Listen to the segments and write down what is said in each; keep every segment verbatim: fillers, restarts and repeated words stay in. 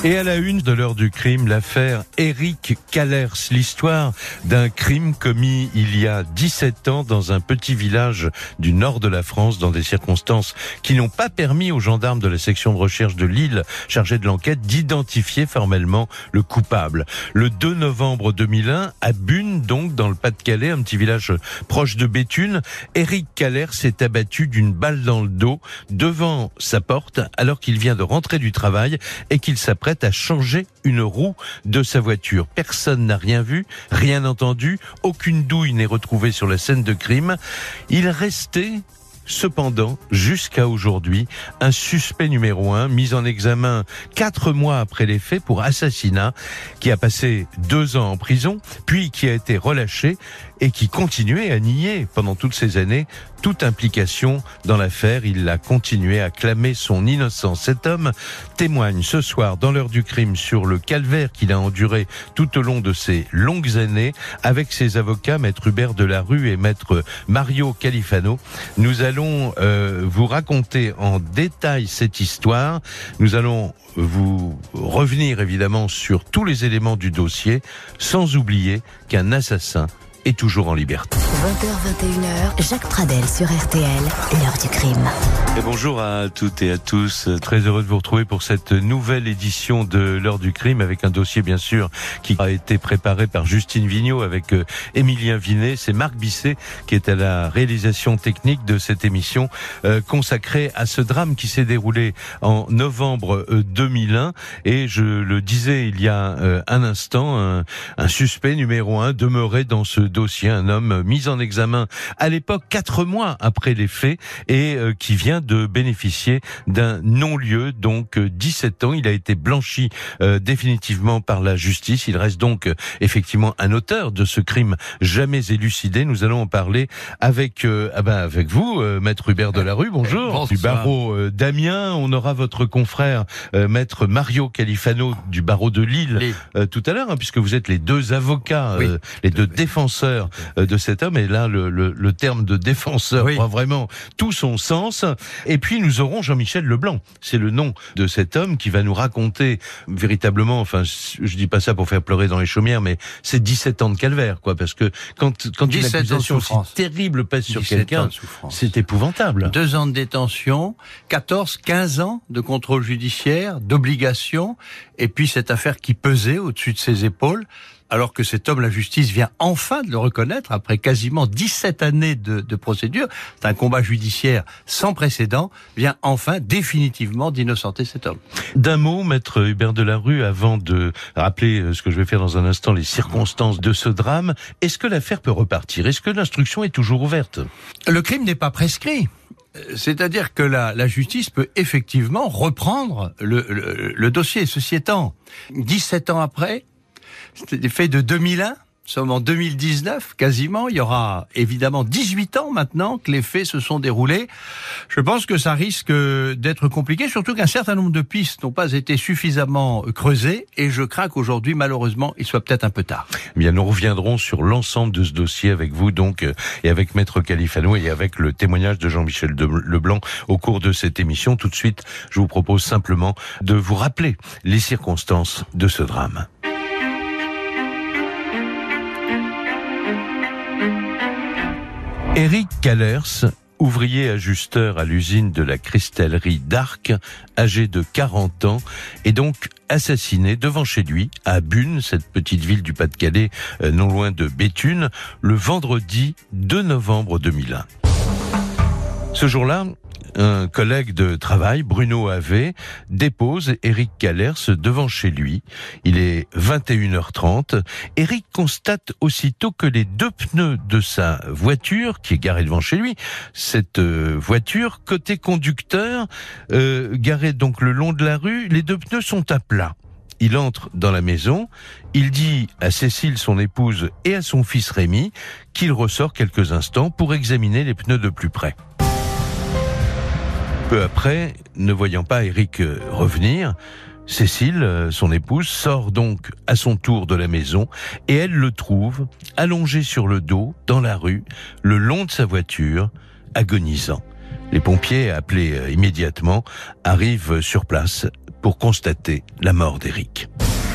Et à la une de l'heure du crime, l'affaire Éric Callers, l'histoire d'un crime commis il y a dix-sept ans dans un petit village du nord de la France, dans des circonstances qui n'ont pas permis aux gendarmes de la section de recherche de Lille, chargés de l'enquête, d'identifier formellement le coupable. Le deux novembre deux mille un, à Bune, donc dans le Pas-de-Calais, un petit village proche de Béthune, Éric Callers s'est abattu d'une balle dans le dos devant sa porte alors qu'il vient de rentrer du travail et qu'il s'apprête à changer une roue de sa voiture. Personne n'a rien vu, rien entendu, aucune douille n'est retrouvée sur la scène de crime. Il restait cependant, jusqu'à aujourd'hui, un suspect numéro un, mis en examen quatre mois après les faits pour assassinat, qui a passé deux ans en prison, puis qui a été relâché et qui continuait à nier pendant toutes ces années toute implication dans l'affaire. Il a continué à clamer son innocence. Cet homme témoigne ce soir dans l'heure du crime sur le calvaire qu'il a enduré tout au long de ces longues années avec ses avocats, maître Hubert Delarue et maître Mario Califano. Nous allons euh, vous raconter en détail cette histoire. Nous allons vous revenir évidemment sur tous les éléments du dossier, sans oublier qu'un assassin est toujours en liberté. vingt heures vingt et une heures, Jacques Pradel sur R T L, l'heure du crime. Et bonjour à toutes et à tous, très heureux de vous retrouver pour cette nouvelle édition de l'heure du crime avec un dossier bien sûr qui a été préparé par Justine Vignot avec euh, Émilien Vinet. C'est Marc Bisset qui est à la réalisation technique de cette émission euh, consacrée à ce drame qui s'est déroulé en novembre euh, deux mille un. Et je le disais il y a euh, un instant, un, un suspect numéro un demeurait dans ce dossier, un homme mis en examen à l'époque quatre mois après les faits et euh, qui vient de bénéficier d'un non-lieu, donc euh, dix-sept ans. Il a été blanchi euh, définitivement par la justice. Il reste donc euh, effectivement un auteur de ce crime jamais élucidé. Nous allons en parler avec euh, ah ben avec vous, euh, maître Hubert Delarue. Bonjour. Bonsoir. Du barreau euh, d'Amiens. On aura votre confrère euh, maître Mario Califano du barreau de Lille oui. euh, tout à l'heure, hein, puisque vous êtes les deux avocats, oui. euh, les deux oui. défenseurs de cet homme, et là le, le, le terme de défenseur oui. prend vraiment tout son sens. Et puis nous aurons Jean-Michel Leblanc, c'est le nom de cet homme qui va nous raconter véritablement, enfin je dis pas ça pour faire pleurer dans les chaumières, mais c'est dix-sept ans de calvaire, quoi, parce que quand, quand une accusation aussi terrible pèse sur quelqu'un, c'est épouvantable. Deux ans de détention, quatorze, quinze ans de contrôle judiciaire, d'obligation, et puis cette affaire qui pesait au-dessus de ses épaules, alors que cet homme, la justice vient enfin de le reconnaître après quasiment dix-sept années de, de procédure. C'est un combat judiciaire sans précédent, vient enfin définitivement d'innocenter cet homme. D'un mot, maître Hubert Delarue, avant de rappeler ce que je vais faire dans un instant, les circonstances de ce drame, est-ce que l'affaire peut repartir? Est-ce que l'instruction est toujours ouverte? Le crime n'est pas prescrit. C'est-à-dire que la, la justice peut effectivement reprendre le, le, le dossier. Ceci étant, dix-sept ans après, c'était des faits de deux mille un, nous sommes en deux mille dix-neuf, quasiment. Il y aura évidemment dix-huit ans maintenant que les faits se sont déroulés. Je pense que ça risque d'être compliqué, surtout qu'un certain nombre de pistes n'ont pas été suffisamment creusées, et je crains qu'aujourd'hui, malheureusement, il soit peut-être un peu tard. Eh bien, nous reviendrons sur l'ensemble de ce dossier avec vous, donc, et avec maître Califano, et avec le témoignage de Jean-Michel Leblanc au cours de cette émission. Tout de suite, je vous propose simplement de vous rappeler les circonstances de ce drame. Éric Callers, ouvrier ajusteur à l'usine de la cristallerie d'Arc, âgé de quarante ans, est donc assassiné devant chez lui, à Bune, cette petite ville du Pas-de-Calais, non loin de Béthune, le vendredi deux novembre deux mille un. Ce jour-là, un collègue de travail, Bruno Havet, dépose Éric Callers devant chez lui. Il est vingt et une heures trente. Éric constate aussitôt que les deux pneus de sa voiture, qui est garée devant chez lui, cette euh, voiture, côté conducteur, euh, garée donc le long de la rue, les deux pneus sont à plat. Il entre dans la maison, il dit à Cécile, son épouse, et à son fils Rémi, qu'il ressort quelques instants pour examiner les pneus de plus près. Peu après, ne voyant pas Éric revenir, Cécile, son épouse, sort donc à son tour de la maison et elle le trouve allongé sur le dos, dans la rue, le long de sa voiture, agonisant. Les pompiers, appelés immédiatement, arrivent sur place pour constater la mort d'Éric.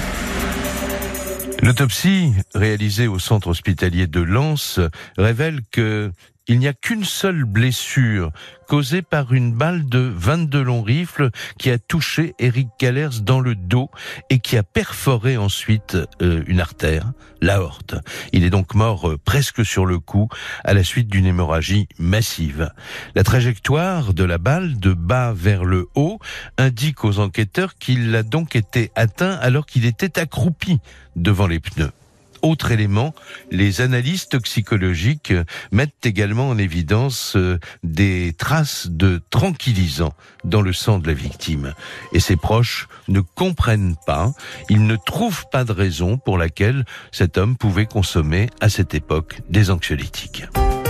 L'autopsie réalisée au centre hospitalier de Lens révèle que il n'y a qu'une seule blessure causée par une balle de vingt-deux longs rifles qui a touché Éric Callers dans le dos et qui a perforé ensuite euh, une artère, l'aorte. Il est donc mort euh, presque sur le coup à la suite d'une hémorragie massive. La trajectoire de la balle de bas vers le haut indique aux enquêteurs qu'il a donc été atteint alors qu'il était accroupi devant les pneus. Autre élément, les analyses toxicologiques mettent également en évidence des traces de tranquillisants dans le sang de la victime. Et ses proches ne comprennent pas, ils ne trouvent pas de raison pour laquelle cet homme pouvait consommer à cette époque des anxiolytiques.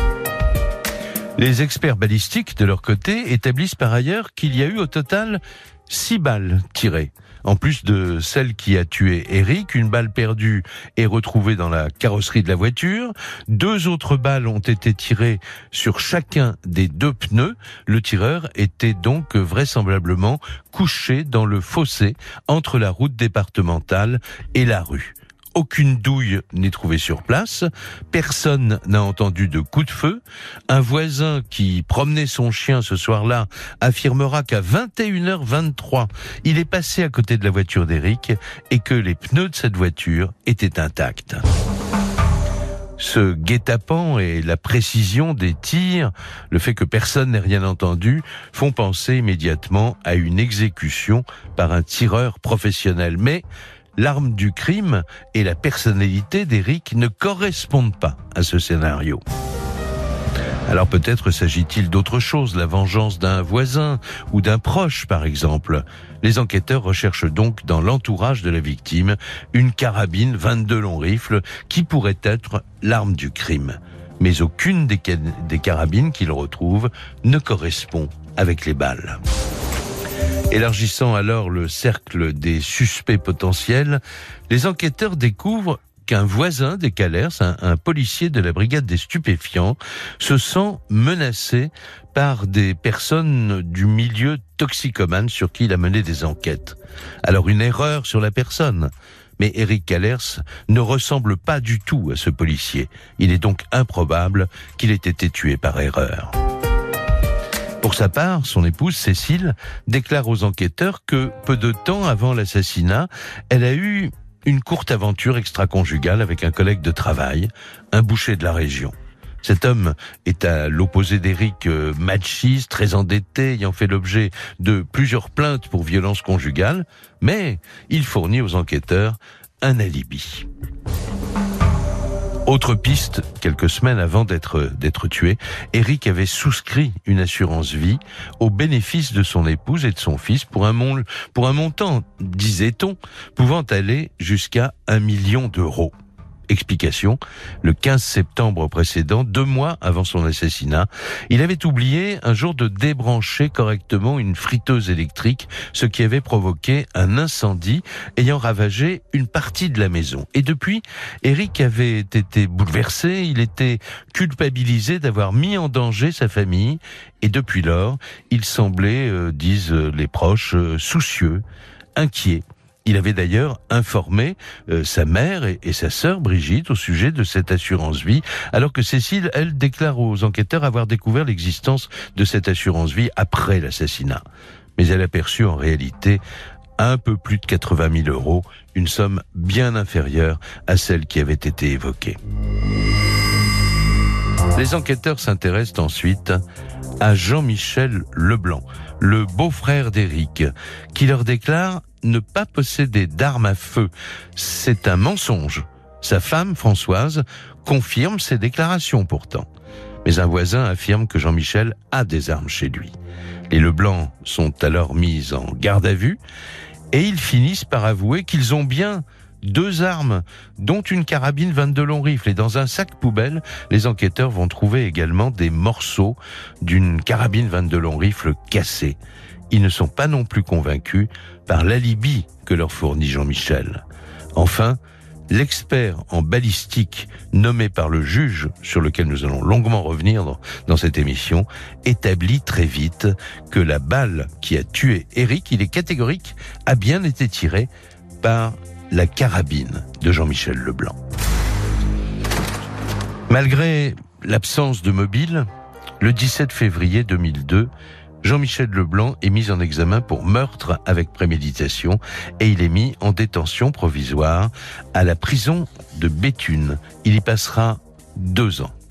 Les experts balistiques, de leur côté, établissent par ailleurs qu'il y a eu au total six balles tirées. En plus de celle qui a tué Éric, une balle perdue est retrouvée dans la carrosserie de la voiture. Deux autres balles ont été tirées sur chacun des deux pneus. Le tireur était donc vraisemblablement couché dans le fossé entre la route départementale et la rue. Aucune douille n'est trouvée sur place, personne n'a entendu de coup de feu. Un voisin qui promenait son chien ce soir-là affirmera qu'à vingt et une heures vingt-trois, il est passé à côté de la voiture d'Éric et que les pneus de cette voiture étaient intacts. Ce guet-apens et la précision des tirs, le fait que personne n'ait rien entendu, font penser immédiatement à une exécution par un tireur professionnel. Mais l'arme du crime et la personnalité d'Éric ne correspondent pas à ce scénario. Alors peut-être s'agit-il d'autre chose, la vengeance d'un voisin ou d'un proche par exemple. Les enquêteurs recherchent donc dans l'entourage de la victime une carabine vingt-deux longs rifles qui pourrait être l'arme du crime. Mais aucune des, ca- des carabines qu'ils retrouvent ne correspond avec les balles. Élargissant alors le cercle des suspects potentiels, les enquêteurs découvrent qu'un voisin des Callers, un, un policier de la brigade des stupéfiants, se sent menacé par des personnes du milieu toxicomane sur qui il a mené des enquêtes. Alors une erreur sur la personne. Mais Éric Callers ne ressemble pas du tout à ce policier. Il est donc improbable qu'il ait été tué par erreur. Pour sa part, son épouse Cécile déclare aux enquêteurs que peu de temps avant l'assassinat, elle a eu une courte aventure extra-conjugale avec un collègue de travail, un boucher de la région. Cet homme est à l'opposé d'Éric, machiste, très endetté, ayant fait l'objet de plusieurs plaintes pour violence conjugale, mais il fournit aux enquêteurs un alibi. Autre piste, quelques semaines avant d'être d'être tué, Éric avait souscrit une assurance vie au bénéfice de son épouse et de son fils pour un, mon, pour un montant, disait-on, pouvant aller jusqu'à un million d'euros. Explication, le quinze septembre précédent, deux mois avant son assassinat, il avait oublié un jour de débrancher correctement une friteuse électrique, ce qui avait provoqué un incendie ayant ravagé une partie de la maison. Et depuis, Éric avait été bouleversé, il était culpabilisé d'avoir mis en danger sa famille, et depuis lors, il semblait, euh, disent les proches, euh, soucieux, inquiet. Il avait d'ailleurs informé euh, sa mère et, et sa sœur Brigitte au sujet de cette assurance vie, alors que Cécile, elle, déclare aux enquêteurs avoir découvert l'existence de cette assurance vie après l'assassinat. Mais elle a perçu en réalité un peu plus de quatre-vingt mille euros, une somme bien inférieure à celle qui avait été évoquée. Les enquêteurs s'intéressent ensuite à Jean-Michel Leblanc, le beau-frère d'Éric, qui leur déclare ne pas posséder d'armes à feu. C'est un mensonge. Sa femme, Françoise, confirme ses déclarations pourtant. Mais un voisin affirme que Jean-Michel a des armes chez lui. Les Leblanc sont alors mis en garde à vue et ils finissent par avouer qu'ils ont bien deux armes, dont une carabine vingt-deux longs rifles. Et dans un sac poubelle, les enquêteurs vont trouver également des morceaux d'une carabine vingt-deux longs rifles cassée. Ils ne sont pas non plus convaincus par l'alibi que leur fournit Jean-Michel. Enfin, l'expert en balistique nommé par le juge, sur lequel nous allons longuement revenir dans, dans cette émission, établit très vite que la balle qui a tué Éric, il est catégorique, a bien été tirée par la carabine de Jean-Michel Leblanc. Malgré l'absence de mobile, le dix-sept février deux mille deux, Jean-Michel Leblanc est mis en examen pour meurtre avec préméditation et il est mis en détention provisoire à la prison de Béthune. Il y passera deux ans.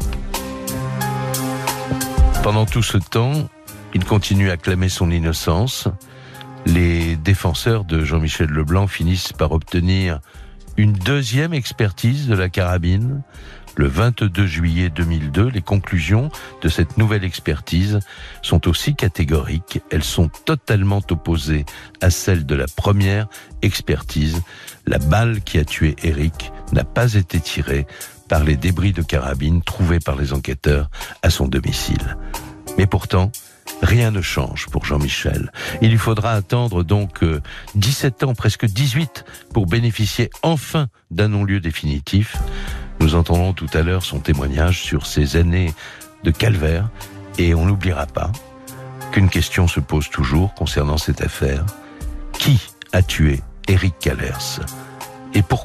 Pendant tout ce temps, il continue à clamer son innocence. Les défenseurs de Jean-Michel Leblanc finissent par obtenir une deuxième expertise de la carabine. Le vingt-deux juillet deux mille deux, les conclusions de cette nouvelle expertise sont aussi catégoriques. Elles sont totalement opposées à celles de la première expertise. La balle qui a tué Éric n'a pas été tirée par les débris de carabine trouvés par les enquêteurs à son domicile. Mais pourtant, rien ne change pour Jean-Michel. Il lui faudra attendre donc euh, dix-sept ans, presque dix-huit, pour bénéficier enfin d'un non-lieu définitif. Nous entendrons tout à l'heure son témoignage sur ces années de calvaire et on n'oubliera pas qu'une question se pose toujours concernant cette affaire. Qui a tué Éric Callers et pourquoi ?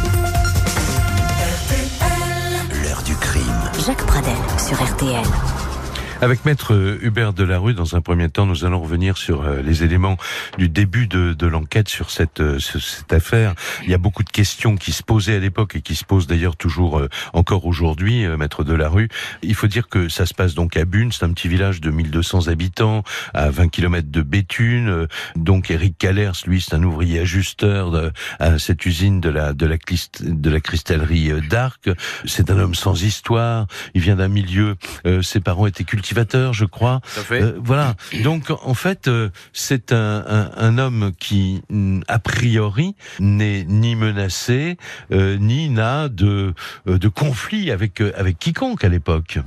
L'heure du crime. Jacques Pradel sur R T L. Avec Maître Hubert Delarue, dans un premier temps, nous allons revenir sur euh, les éléments du début de, de l'enquête sur cette, euh, sur cette affaire. Il y a beaucoup de questions qui se posaient à l'époque et qui se posent d'ailleurs toujours euh, encore aujourd'hui, euh, Maître Delarue. Il faut dire que ça se passe donc à Bune, c'est un petit village de mille deux cents habitants, à vingt kilomètres de Béthune. Euh, donc Éric Callers, lui, c'est un ouvrier ajusteur de, à cette usine de la, de la, clist, de la cristallerie euh, d'Arc. C'est un homme sans histoire. Il vient d'un milieu, euh, ses parents étaient cultivés, je crois. Euh, voilà. Donc, en fait, euh, c'est un, un, un homme qui, a priori, n'est ni menacé, euh, ni n'a de, euh, de conflit avec, euh, avec quiconque à l'époque.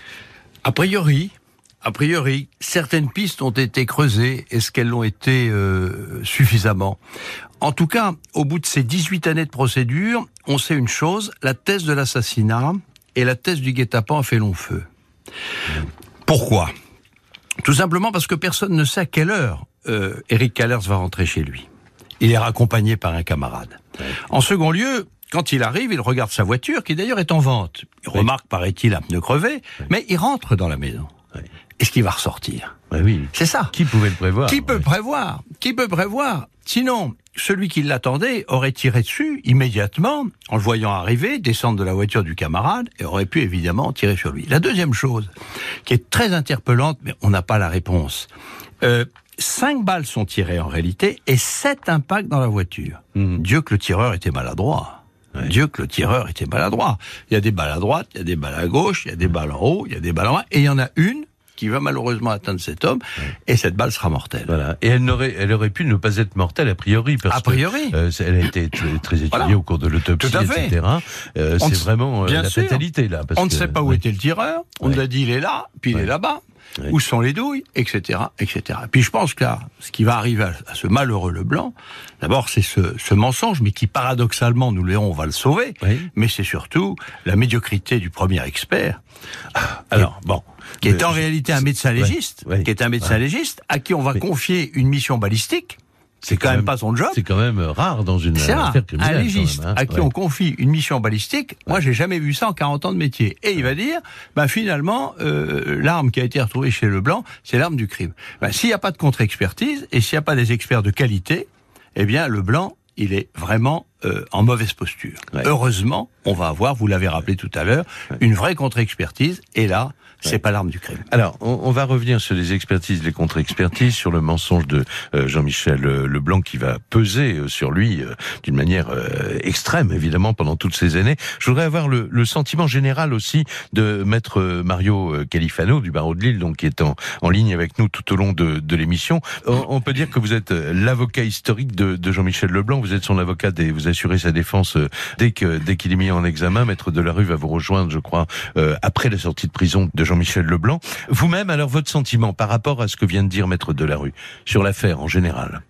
A priori, a priori, certaines pistes ont été creusées. Est-ce qu'elles l'ont été euh, suffisamment ? En tout cas, au bout de ces dix-huit années de procédure, on sait une chose, la thèse de l'assassinat et la thèse du guet-apens a fait long feu. Pourquoi ? Tout simplement parce que personne ne sait à quelle heure euh, Éric Callers va rentrer chez lui. Il est raccompagné par un camarade. Ouais. En second lieu, quand il arrive, il regarde sa voiture, qui d'ailleurs est en vente. Il ouais. remarque, paraît-il, un pneu crevé, ouais. mais il rentre dans la maison. Ouais. Est-ce qu'il va ressortir ? Ouais, oui. C'est ça. Qui pouvait le prévoir ? Qui peut ouais. prévoir ? Qui peut prévoir ? Sinon, celui qui l'attendait aurait tiré dessus immédiatement, en le voyant arriver, descendre de la voiture du camarade, et aurait pu évidemment tirer sur lui. La deuxième chose, qui est très interpellante, mais on n'a pas la réponse. Euh, cinq balles sont tirées en réalité, et sept impacts dans la voiture. Mmh. Dieu que le tireur était maladroit. Ouais. Dieu que le tireur était maladroit. Il y a des balles à droite, il y a des balles à gauche, il y a des balles en haut, il y a des balles en bas, et il y en a une qui va malheureusement atteindre cet homme, ouais. et cette balle sera mortelle. Voilà. Et elle n'aurait, elle aurait pu ne pas être mortelle a priori, parce a priori. que euh, elle a été très, très étudiée voilà. au cours de l'autopsie, et cetera. Euh, c'est vraiment euh, la sûr. fatalité là. Parce on que, ne sait pas où ouais. était le tireur. On nous ouais. a dit il est là, puis ouais. il est là-bas. Ouais. Où sont les douilles, et cetera, et cetera. Puis je pense que là, ce qui va arriver à, à ce malheureux Leblanc, d'abord c'est ce, ce mensonge, mais qui paradoxalement, nous le verrons, on va le sauver. Oui. Mais c'est surtout la médiocrité du premier expert. Ah, alors bon, qui est en réalité un médecin légiste, ouais. Ouais. qui est un médecin ouais. légiste, à qui on va mais... confier une mission balistique. C'est quand, quand même, même pas son job. C'est quand même rare dans une c'est affaire criminelle. Un légiste même, hein. à qui ouais. on confie une mission balistique, ouais. moi j'ai jamais vu ça en quarante ans de métier. Et il va dire, ben finalement, euh, l'arme qui a été retrouvée chez Leblanc, c'est l'arme du crime. Ben, s'il n'y a pas de contre-expertise et s'il n'y a pas des experts de qualité, eh bien Leblanc, il est vraiment euh, en mauvaise posture. Ouais. Heureusement, on va avoir, vous l'avez rappelé tout à l'heure, ouais. une vraie contre-expertise. Et là, c'est ouais. pas l'arme du crime. Alors, on, on va revenir sur les expertises, les contre-expertises, sur le mensonge de euh, Jean-Michel euh, Leblanc qui va peser euh, sur lui euh, d'une manière euh, extrême, évidemment, pendant toutes ces années. Je voudrais avoir le, le sentiment général aussi de Maître Mario Califano du barreau de Lille, donc qui est en, en ligne avec nous tout au long de, de l'émission. On, on peut dire que vous êtes l'avocat historique de, de Jean-Michel Leblanc. Vous êtes son avocat et vous assurez sa défense euh, dès que dès qu'il est mis en examen. Maître Delarue va vous rejoindre, je crois, euh, après la sortie de prison de Jean-Michel Leblanc. Vous-même, alors, votre sentiment par rapport à ce que vient de dire Maître Delarue sur l'affaire en général?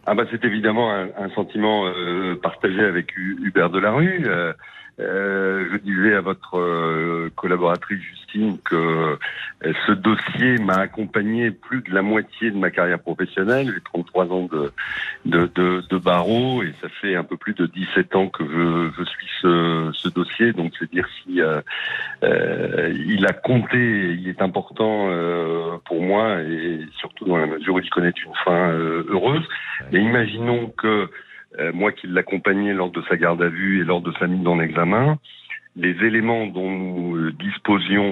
Ah bah c'est évidemment un, un sentiment euh, partagé avec Hubert Delarue. Euh, euh, je disais à votre euh, collaboratrice Justine que euh, ce dossier m'a accompagné plus de la moitié de ma carrière professionnelle. J'ai trente-trois ans de, de, de, de barreau et ça fait un peu plus de dix-sept ans que je, je suis ce, ce dossier. Donc c'est dire si euh, euh, il a compté, il est important euh, pour moi et surtout dans la mesure où il connaît une fin euh, heureuse. Mais imaginons que euh, moi qui l'accompagnais lors de sa garde à vue et lors de sa mise en examen, les éléments dont nous euh, disposions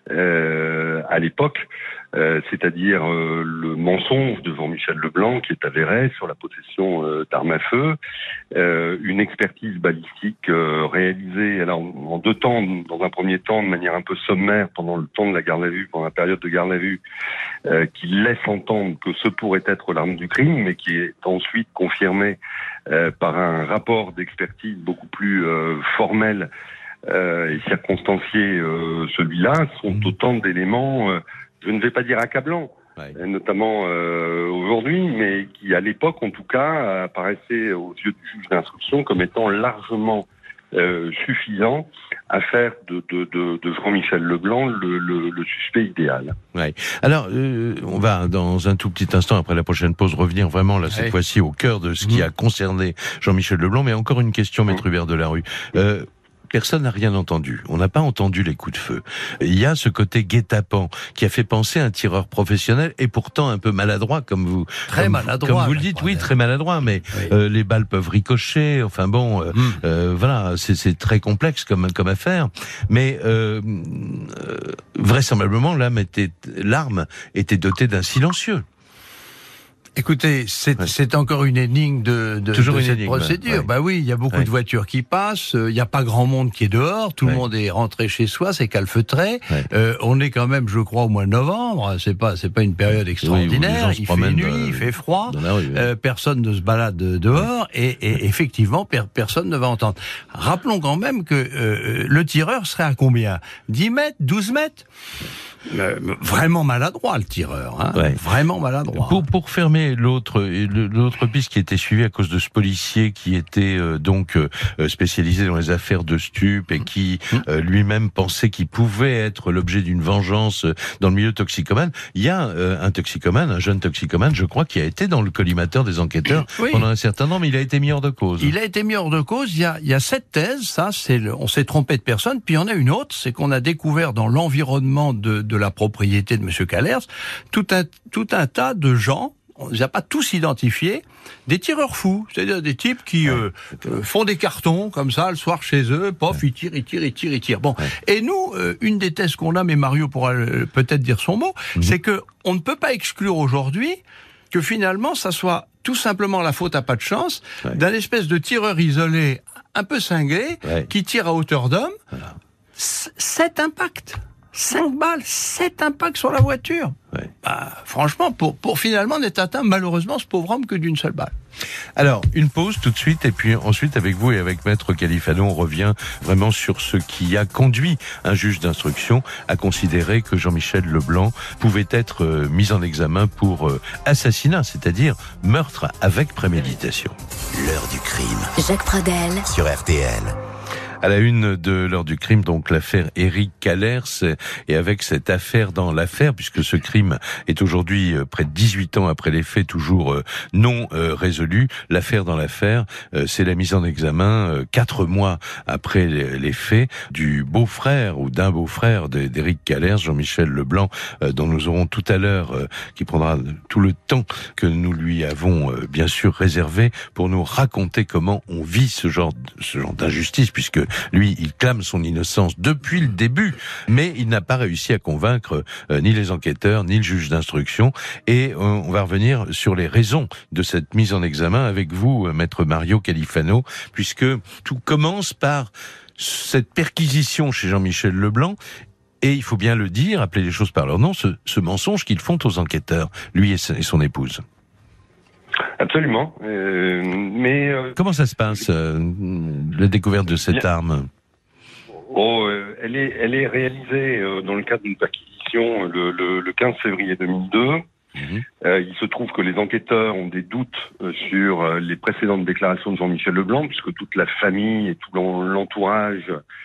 euh, à l'époque, euh, c'est-à-dire euh, le mensonge de Jean-Michel Leblanc qui est avéré sur la possession euh, d'armes à feu, euh, une expertise balistique euh, réalisée alors en deux temps, dans un premier temps de manière un peu sommaire pendant le temps de la garde à vue, pendant la période de garde à vue, euh, qui laisse entendre que ce pourrait être l'arme du crime, mais qui est ensuite confirmée euh, par un rapport d'expertise beaucoup plus euh, formel euh, et circonstancié, euh, celui-là, sont autant d'éléments, euh, je ne vais pas dire accablants, ouais. notamment euh, aujourd'hui, mais qui à l'époque, en tout cas, apparaissaient aux yeux du juge d'instruction comme étant largement euh, suffisants à faire de, de, de, de Jean-Michel Leblanc le, le, le suspect idéal. Ouais. Alors, euh, on va dans un tout petit instant, après la prochaine pause, revenir vraiment là cette ouais. fois-ci au cœur de ce qui mmh. a concerné Jean-Michel Leblanc. Mais encore une question, Maître mmh. Hubert Delarue. Euh, Personne n'a rien entendu. On n'a pas entendu les coups de feu. Il y a ce côté guet-apens qui a fait penser à un tireur professionnel et pourtant un peu maladroit, comme vous, très comme, maladroit, comme vous le dites. Oui, très maladroit. Mais oui. euh, les balles peuvent ricocher. Enfin bon, euh, mm. euh, voilà, c'est, c'est très complexe comme comme affaire. Mais euh, euh, vraisemblablement, l'âme était, l'arme était dotée d'un silencieux. Écoutez, c'est, ouais. c'est encore une énigme de, de, Toujours de une cette énigme, procédure. ouais. Bah oui, il y a beaucoup ouais. de voitures qui passent, il euh, n'y a pas grand monde qui est dehors, tout ouais. le monde est rentré chez soi, c'est calfeutré. Ouais. Euh, on est quand même, je crois, au mois de novembre. C'est pas, c'est pas une période extraordinaire. Oui, il fait nuit, euh, il fait froid. Rue, ouais. euh, personne ne se balade dehors ouais. et, et effectivement, per, personne ne va entendre. Rappelons quand même que euh, le tireur serait à combien ? dix mètres, douze mètres ? Euh, vraiment maladroit le tireur, hein ouais. vraiment maladroit. Pour pour fermer l'autre l'autre piste qui était suivie à cause de ce policier qui était euh, donc euh, spécialisé dans les affaires de stupes et qui euh, lui-même pensait qu'il pouvait être l'objet d'une vengeance dans le milieu toxicomane. Il y a euh, un toxicomane, un jeune toxicomane, je crois, qui a été dans le collimateur des enquêteurs oui. pendant un certain temps, mais il a été mis hors de cause. Il a été mis hors de cause. Il y a il y a cette thèse, ça c'est le, on s'est trompé de personne. Puis il y en a une autre, c'est qu'on a découvert dans l'environnement de de la propriété de Monsieur Callers, tout un, tout un tas de gens, on ne les a pas tous identifiés, des tireurs fous, c'est-à-dire des types qui euh, euh, font des cartons comme ça le soir chez eux, pof, ils tirent, ils tirent, ils tirent, ils tirent. Bon, et nous, euh, une des thèses qu'on a, mais Mario pourra euh, peut-être dire son mot, mmh. c'est que on ne peut pas exclure aujourd'hui que finalement ça soit tout simplement la faute à pas de chance ouais. d'un espèce de tireur isolé, un peu cinglé, ouais. qui tire à hauteur d'homme, voilà. Cet impact. Cinq balles, sept impacts sur la voiture. Ouais. Bah, franchement, pour, pour finalement n'être atteint, malheureusement, ce pauvre homme que d'une seule balle. Alors, une pause tout de suite, et puis ensuite, avec vous et avec Maître Califano, on revient vraiment sur ce qui a conduit un juge d'instruction à considérer que Jean-Michel Leblanc pouvait être euh, mis en examen pour euh, assassinat, c'est-à-dire meurtre avec préméditation. L'heure du crime. Jacques Pradel. Sur R T L. À la une de l'heure du crime, donc l'affaire Éric Callers, et avec cette affaire dans l'affaire, puisque ce crime est aujourd'hui près de dix-huit ans après les faits, toujours non résolu. L'affaire dans l'affaire, c'est la mise en examen quatre mois après les faits du beau-frère ou d'un beau-frère d'Éric Callers, Jean-Michel Leblanc, dont nous aurons tout à l'heure, qui prendra tout le temps que nous lui avons bien sûr réservé pour nous raconter comment on vit ce genre, ce genre d'injustice, puisque lui, il clame son innocence depuis le début, mais il n'a pas réussi à convaincre euh, ni les enquêteurs, ni le juge d'instruction. Et euh, on va revenir sur les raisons de cette mise en examen avec vous, euh, Maître Mario Califano, puisque tout commence par cette perquisition chez Jean-Michel Leblanc. Et il faut bien le dire, appeler les choses par leur nom, ce, ce mensonge qu'ils font aux enquêteurs, lui et son épouse. Absolument. Euh, mais euh, comment ça se passe, euh, la découverte de cette bien, arme ? Oh, euh, elle est, elle est réalisée euh, dans le cadre d'une perquisition le, le, le quinze février deux mille deux. Mmh. Mmh. Euh, il se trouve que les enquêteurs ont des doutes euh, sur euh, les précédentes déclarations de Jean-Michel Leblanc, puisque toute la famille et tout l'en- l'entourage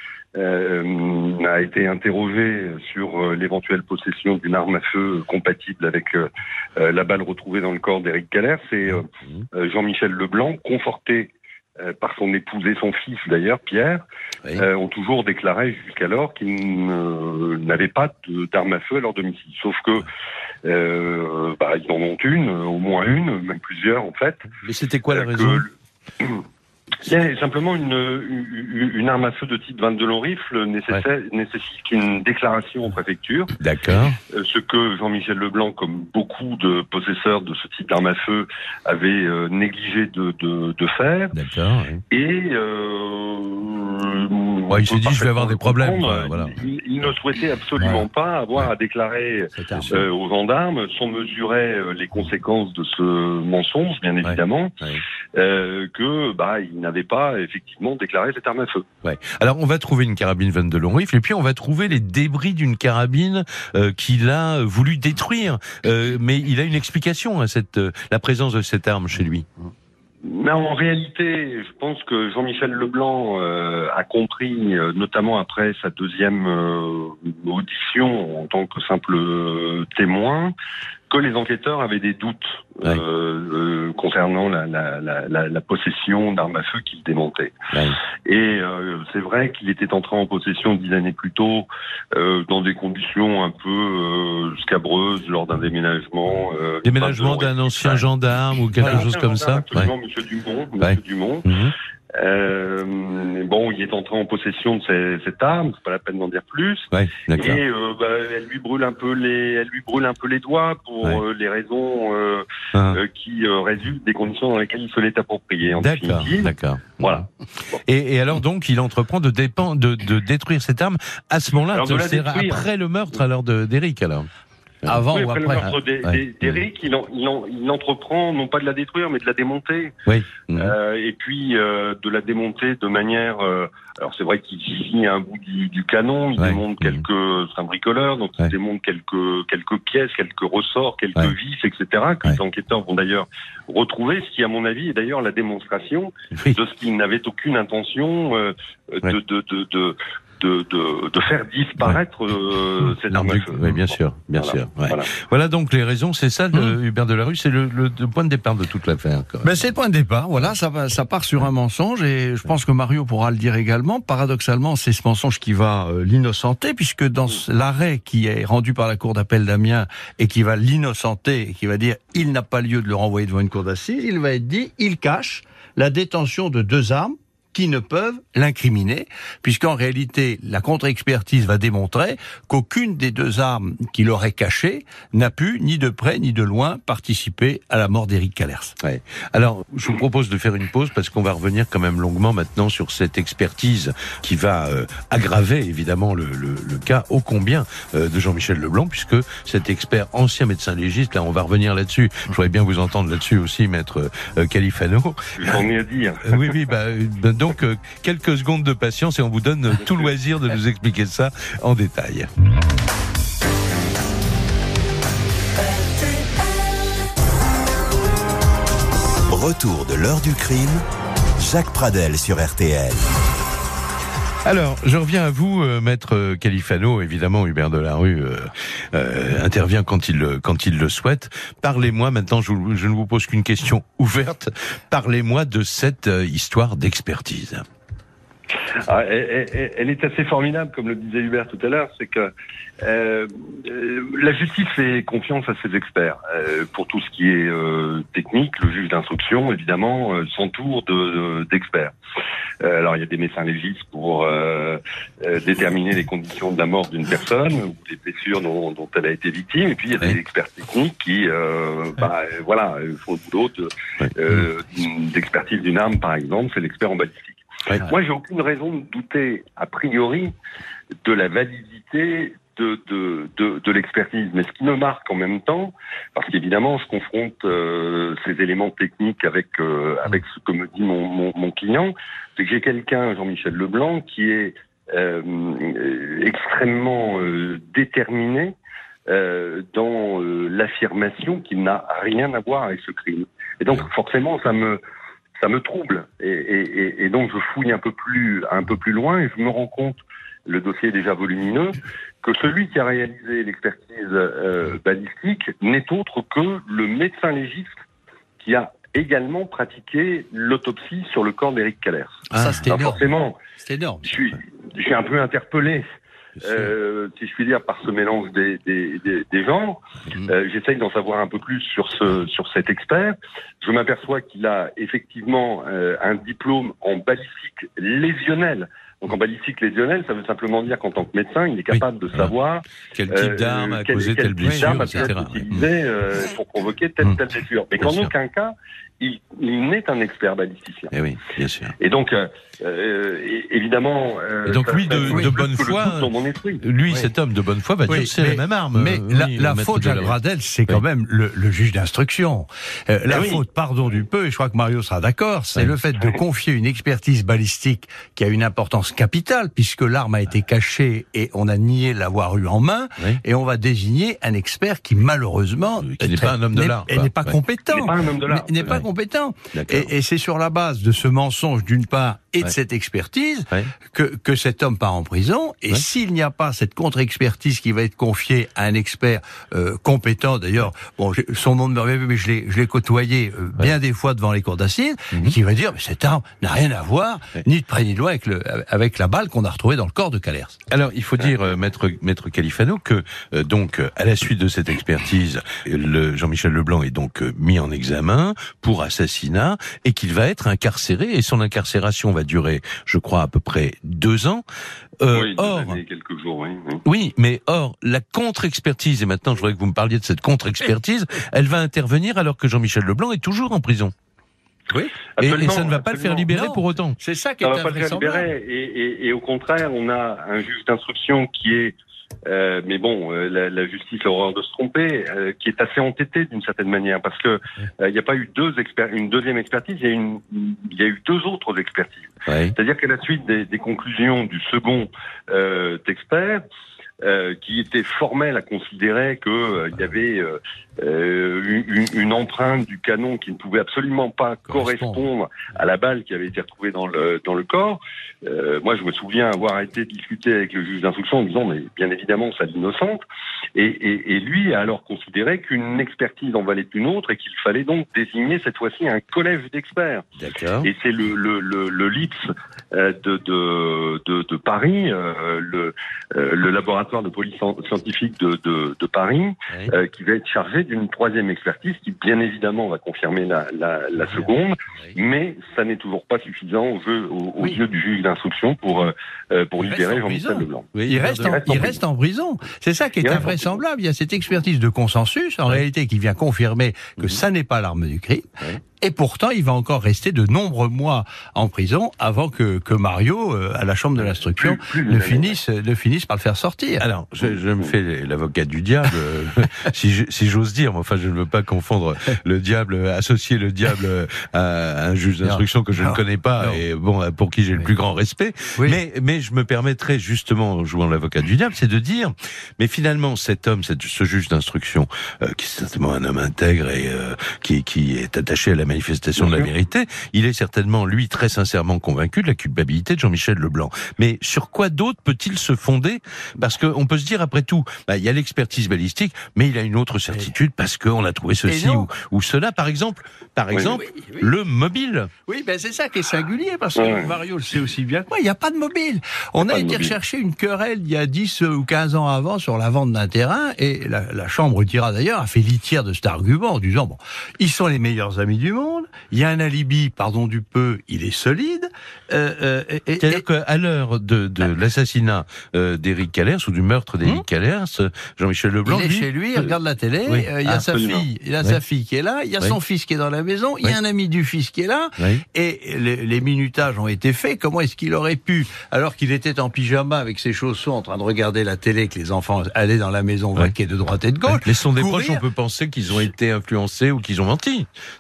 euh, a été interrogé sur euh, l'éventuelle possession d'une arme à feu compatible avec euh, euh, la balle retrouvée dans le corps d'Éric Calers. Et euh, euh, Jean-Michel Leblanc, conforté euh, par son épouse et son fils d'ailleurs, Pierre, Oui. euh, ont toujours déclaré jusqu'alors qu'ils ne- n'avaient pas de- d'arme à feu à leur domicile. Sauf que euh, bah, ils en ont une, au moins une, même plusieurs en fait. Mais c'était quoi la Euh, raison? que le- C'est simplement une, une, une arme à feu de type vingt-deux long rifle nécessaire, nécessite une déclaration en préfecture. D'accord. Euh, ce que Jean-Michel Leblanc, comme beaucoup de possesseurs de ce type d'arme à feu, avait euh, négligé de, de, de faire. D'accord. Oui. Et euh, Ouais, il s'est dit, je vais avoir des problèmes, quoi, euh, voilà. Il, il ne souhaitait absolument Voilà. pas avoir Ouais. à déclarer Cette arme. euh, aux gendarmes, sans mesurer euh, les conséquences de ce mensonge, bien évidemment, Ouais. euh, que bah il n'avait pas effectivement déclaré cette arme à feu. Ouais. Alors, on va trouver une carabine vingt-deux long rifle, et puis on va trouver les débris d'une carabine euh, qu'il a voulu détruire. Euh, mais il a une explication à cette euh, la présence de cette arme chez lui. Mais en réalité, je pense que Jean-Michel Leblanc euh, a compris, euh, notamment après sa deuxième euh, audition en tant que simple euh, témoin, que les enquêteurs avaient des doutes euh, Ouais. euh, concernant la, la, la, la, la possession d'armes à feu qu'ils démontaient. Ouais. Et euh, c'est vrai qu'il était entré en possession dix années plus tôt, euh, dans des conditions un peu euh, scabreuses lors d'un déménagement. Euh, Déménagement d'un ancien gendarme ou quelque Voilà, chose un comme gendarme, ça. Absolument, Monsieur Dumont. Monsieur Ouais. Dumont. Mhm. Euh, bon, il est entré en possession de ces- cette arme, c'est pas la peine d'en dire plus. Ouais, d'accord. Et euh, bah, elle lui brûle un peu les, elle lui brûle un peu les doigts pour Ouais. euh, les raisons euh, Ah. euh, qui euh, résultent des conditions dans lesquelles il se l'est approprié. En D'accord, définitive. d'accord. Voilà. Et, et alors donc, il entreprend de, dépen- de, de détruire cette arme à ce moment-là, Alors, de la c'est détruire. après le meurtre alors de d'Éric alors. Avant Oui, ou après après le meurtre d'É- Ouais. d'É- d'Éric, il, en- il, en- il entreprend non pas de la détruire, mais de la démonter. Oui. Mhm. Euh, et puis euh, de la démonter de manière. Euh, alors c'est vrai qu'il finit un bout du, du canon, il Ouais. démonte Mhm. quelques. C'est un bricoleur, donc Ouais. il démonte quelques quelques pièces, quelques ressorts, quelques Ouais. vis, et cetera. Que Ouais. les enquêteurs vont d'ailleurs retrouver, ce qui à mon avis est d'ailleurs la démonstration Oui. de ce qu'ils n'avaient aucune intention euh, de, Ouais. de, de, de de, de, de faire disparaître euh, cette arme à feu. Oui, bien sûr, bien Voilà. sûr. Ouais. Voilà. Voilà donc les raisons, c'est ça, le, Mmh. Hubert Delarue, c'est le, le, le point de départ de toute l'affaire. quand même. Ben c'est le point de départ, voilà, ça, va, ça part sur un mensonge et je pense que Mario pourra le dire également. Paradoxalement, c'est ce mensonge qui va euh, l'innocenter, puisque dans ce- l'arrêt qui est rendu par la cour d'appel d'Amiens et qui va l'innocenter et qui va dire il n'a pas lieu de le renvoyer devant une cour d'assises, il va être dit il cache la détention de deux armes qui ne peuvent l'incriminer, puisqu'en réalité, la contre-expertise va démontrer qu'aucune des deux armes qu'il aurait cachées n'a pu, ni de près ni de loin, participer à la mort d'Éric Calers. Ouais. Alors, je vous propose de faire une pause parce qu'on va revenir quand même longuement maintenant sur cette expertise qui va euh, aggraver évidemment le, le, le cas ô combien euh, de Jean-Michel Leblanc, puisque cet expert ancien médecin légiste, là on va revenir là-dessus, je voudrais bien vous entendre là-dessus aussi, maître euh, Califano. J'en ai à dire. Euh, oui, oui, bah, euh, bah, donc euh, quelques secondes de patience et on vous donne euh, tout loisir de nous expliquer ça en détail. Retour de l'heure du crime, Jacques Pradel sur R T L. Alors, je reviens à vous, euh, maître Califano. Évidemment, Hubert Delarue euh, euh, intervient quand il le, quand il le souhaite. Parlez-moi maintenant. Je, vous- je ne vous pose qu'une question ouverte. Parlez-moi de cette euh, histoire d'expertise. Ah, elle, elle- elle est assez formidable, comme le disait Hubert tout à l'heure, c'est que euh, euh, la justice fait confiance à ses experts. Euh, pour tout ce qui est euh, technique, le juge d'instruction, évidemment, euh, s'entoure de, de- d'experts. Euh, alors, il y a des médecins légistes pour euh, euh, déterminer les conditions de la mort d'une personne ou des blessures dont, dont elle a été victime, et puis il y a Oui. des experts techniques qui, euh, bah, euh, voilà, font le boulot de, Oui. euh, d'expertise d'une arme, par exemple, c'est l'expert en balistique. Oui. Moi, j'ai aucune raison de douter, a priori, de la validité de, de, de, de l'expertise. Mais ce qui me marque en même temps, parce qu'évidemment, je confronte euh, ces éléments techniques avec, euh, avec ce que me dit mon, mon, mon client, c'est que j'ai quelqu'un, Jean-Michel Leblanc, qui est euh, extrêmement euh, déterminé euh, dans euh, l'affirmation qu'il n'a rien à voir avec ce crime. Et donc forcément, ça me ça me trouble. Et, et, et donc je fouille un peu plus un peu plus loin et je me rends compte, le dossier est déjà volumineux, que celui qui a réalisé l'expertise euh, balistique n'est autre que le médecin légiste qui a également pratiqué l'autopsie sur le corps d'Éric Callers. Ah, ça c'était Alors énorme. forcément, C'est énorme. je suis, je suis un peu interpellé, euh, si je puis dire, par ce mélange des, des, des, des genres. Mmh. Euh, j'essaye d'en savoir un peu plus sur ce sur cet expert. Je m'aperçois qu'il a effectivement euh, un diplôme en balistique lésionnelle. Donc en balistique lésionnelle, ça veut simplement dire qu'en tant que médecin, il est capable oui. de savoir quel type d'arme euh, a quel, causé quel telle type blessure, d'arme a et cetera. pu être utilisé euh, pour provoquer telle Mmh. telle blessure. Mais Bien qu'en sûr. aucun cas, il, il n'est un expert balisticien. Eh oui, bien sûr. Et donc, euh, euh, é- évidemment... Euh, Et donc, ça- lui, ça de- joue de plus bonne que le foi, doute dans mon esprit. Lui, Oui. cet homme de bonne foi, va Oui, dire c'est la même arme. Mais Euh, la, oui, la le maître faute, de Jacques Pradel, c'est quand Oui. même le, le juge d'instruction. Euh, la oui. faute, pardon du peu, et je crois que Mario sera d'accord, c'est Oui. le fait de confier une expertise balistique qui a une importance capitale, puisque l'arme a été cachée et on a nié l'avoir eu en main, Oui. et on va désigner un expert qui, malheureusement, Euh, qui n'est pas un homme de n'est- l'art, et quoi. n'est pas Ouais. compétent. Il n'est pas un homme de l'art. N'est pas Ouais. compétent. D'accord. Et, et c'est sur la base de ce mensonge, d'une part, et de Ouais. cette expertise, Ouais. que, que cet homme part en prison. Et Ouais. s'il n'y a pas cette contre-expertise qui va être confiée à un expert euh, compétent, d'ailleurs, bon, j'ai- son nom ne me revient plus, mais je l'ai, je l'ai côtoyé euh, bien des fois devant les cours d'assises, Mhm. qui va dire, mais cette arme n'a rien à voir, Ouais. ni de près ni de loin, avec, le, avec la balle qu'on a retrouvée dans le corps de Callers. Alors, il faut dire, euh, maître, maître Califano, que euh, donc, euh, à la suite de cette expertise, le Jean-Michel Leblanc est donc euh, mis en examen pour assassinat et qu'il va être incarcéré. Et son incarcération va durer, je crois, à peu près deux ans. Euh, oui, deux or, années, quelques jours, oui. oui. oui, mais or, la contre-expertise, et maintenant je voudrais que vous me parliez de cette contre-expertise, elle va intervenir alors que Jean-Michel Leblanc est toujours en prison. Oui. Et, et Absolument, ça ne va pas le faire absolument. libérer Non. pour autant. C'est ça qui Ça est va pas le faire invraisemblable. libérer. Et, et, et au contraire, on a un juge d'instruction qui est, euh, mais bon, euh, la, la justice a horreur de se tromper, euh, qui est assez entêté d'une certaine manière, parce que euh, il n'y a pas eu deux exper- une deuxième expertise, il y a une, il y a eu deux autres expertises. Ouais. C'est-à-dire qu'à la suite des, des conclusions du second euh, expert, euh, qui était formel à considérer que euh, il y avait euh, euh, une, une empreinte du canon qui ne pouvait absolument pas Correspond. correspondre à la balle qui avait été retrouvée dans le dans le corps. Euh, moi, je me souviens avoir été discuté avec le juge d'instruction en disant, mais bien évidemment, ça l'innocente. Et, et, et lui a alors considéré qu'une expertise en valait une autre et qu'il fallait donc désigner cette fois-ci un collège d'experts. D'accord. Et c'est le le le, le L I P S euh, de, de de de Paris, euh, le euh, le laboratoire de police scientifique de de, de Paris, Ouais. euh, qui va être chargé d'une troisième expertise qui, bien évidemment, va confirmer la la, la seconde, Ouais. mais ça n'est toujours pas suffisant aux yeux aux, aux Oui. yeux du juge d'instruction pour euh, pour Il libérer reste en Jean-Michel prison. Leblanc. Oui, Il reste, en, reste en il prison. reste en prison. C'est ça qui est Il reste en invraisemblable. Il y a cette expertise de consensus, en réalité, qui vient confirmer que Mhm. ça n'est pas l'arme du crime. Ouais. Et pourtant, il va encore rester de nombreux mois en prison avant que, que Mario, euh, à la chambre de l'instruction, Plus- plus ne d'une finisse, ne finisse par le faire sortir. Alors, je, je me fais l'avocat du diable, euh, si je- si j'ose dire. Mais enfin, je ne veux pas confondre le diable, associer le diable à un juge d'instruction que je non, ne connais pas non. et bon, pour qui j'ai le Oui. plus grand respect. Oui. Mais, mais je me permettrai justement, en jouant l'avocat du diable, c'est de dire, mais finalement, cet homme, cet- ce juge d'instruction, euh, qui est certainement un homme intègre et euh, qui, qui est attaché à la manifestation de la Bien sûr. vérité, il est certainement, lui, très sincèrement convaincu de la culpabilité de Jean-Michel Leblanc. Mais sur quoi d'autre peut-il se fonder? Parce qu'on peut se dire, après tout, bah, il y a l'expertise balistique, mais il a une autre certitude parce qu'on a trouvé ceci Et non. ou, ou cela. Par exemple, par Oui, exemple, oui, oui. le mobile. Oui, ben c'est ça qui est singulier, parce que Ouais. Mario le sait aussi bien que moi, il n'y a pas de mobile. On pas a de été mobile. rechercher une querelle il y a dix ou quinze ans avant sur la vente d'un terrain, et la, la Chambre dira d'ailleurs, a fait litière de cet argument en disant, bon, ils sont les meilleurs amis du monde, il y a un alibi, pardon du peu, il est solide, euh, euh, et- et- C'est-à-dire et- qu'à l'heure de, de l'assassinat euh, d'Éric Callers ou du meurtre d'Éric Hum. Callers, euh, Jean-Michel Leblanc, il est lui, chez lui, il euh, regarde la télé, euh, oui, il y a sa absolument. fille, il a Oui. sa fille qui est là, il y a Oui. son fils qui est dans la maison, il y Oui. a un ami du fils qui est là, oui. et les, les minutages ont été faits. Comment est-ce qu'il aurait pu, alors qu'il était en pyjama avec ses chaussons en train de regarder la télé, que les enfants allaient dans la maison Ouais. vaquer de droite et de gauche, Mais ce sont des courir. proches, on peut penser qu'ils ont été influencés ou qu'ils ont menti. Tout, non, mais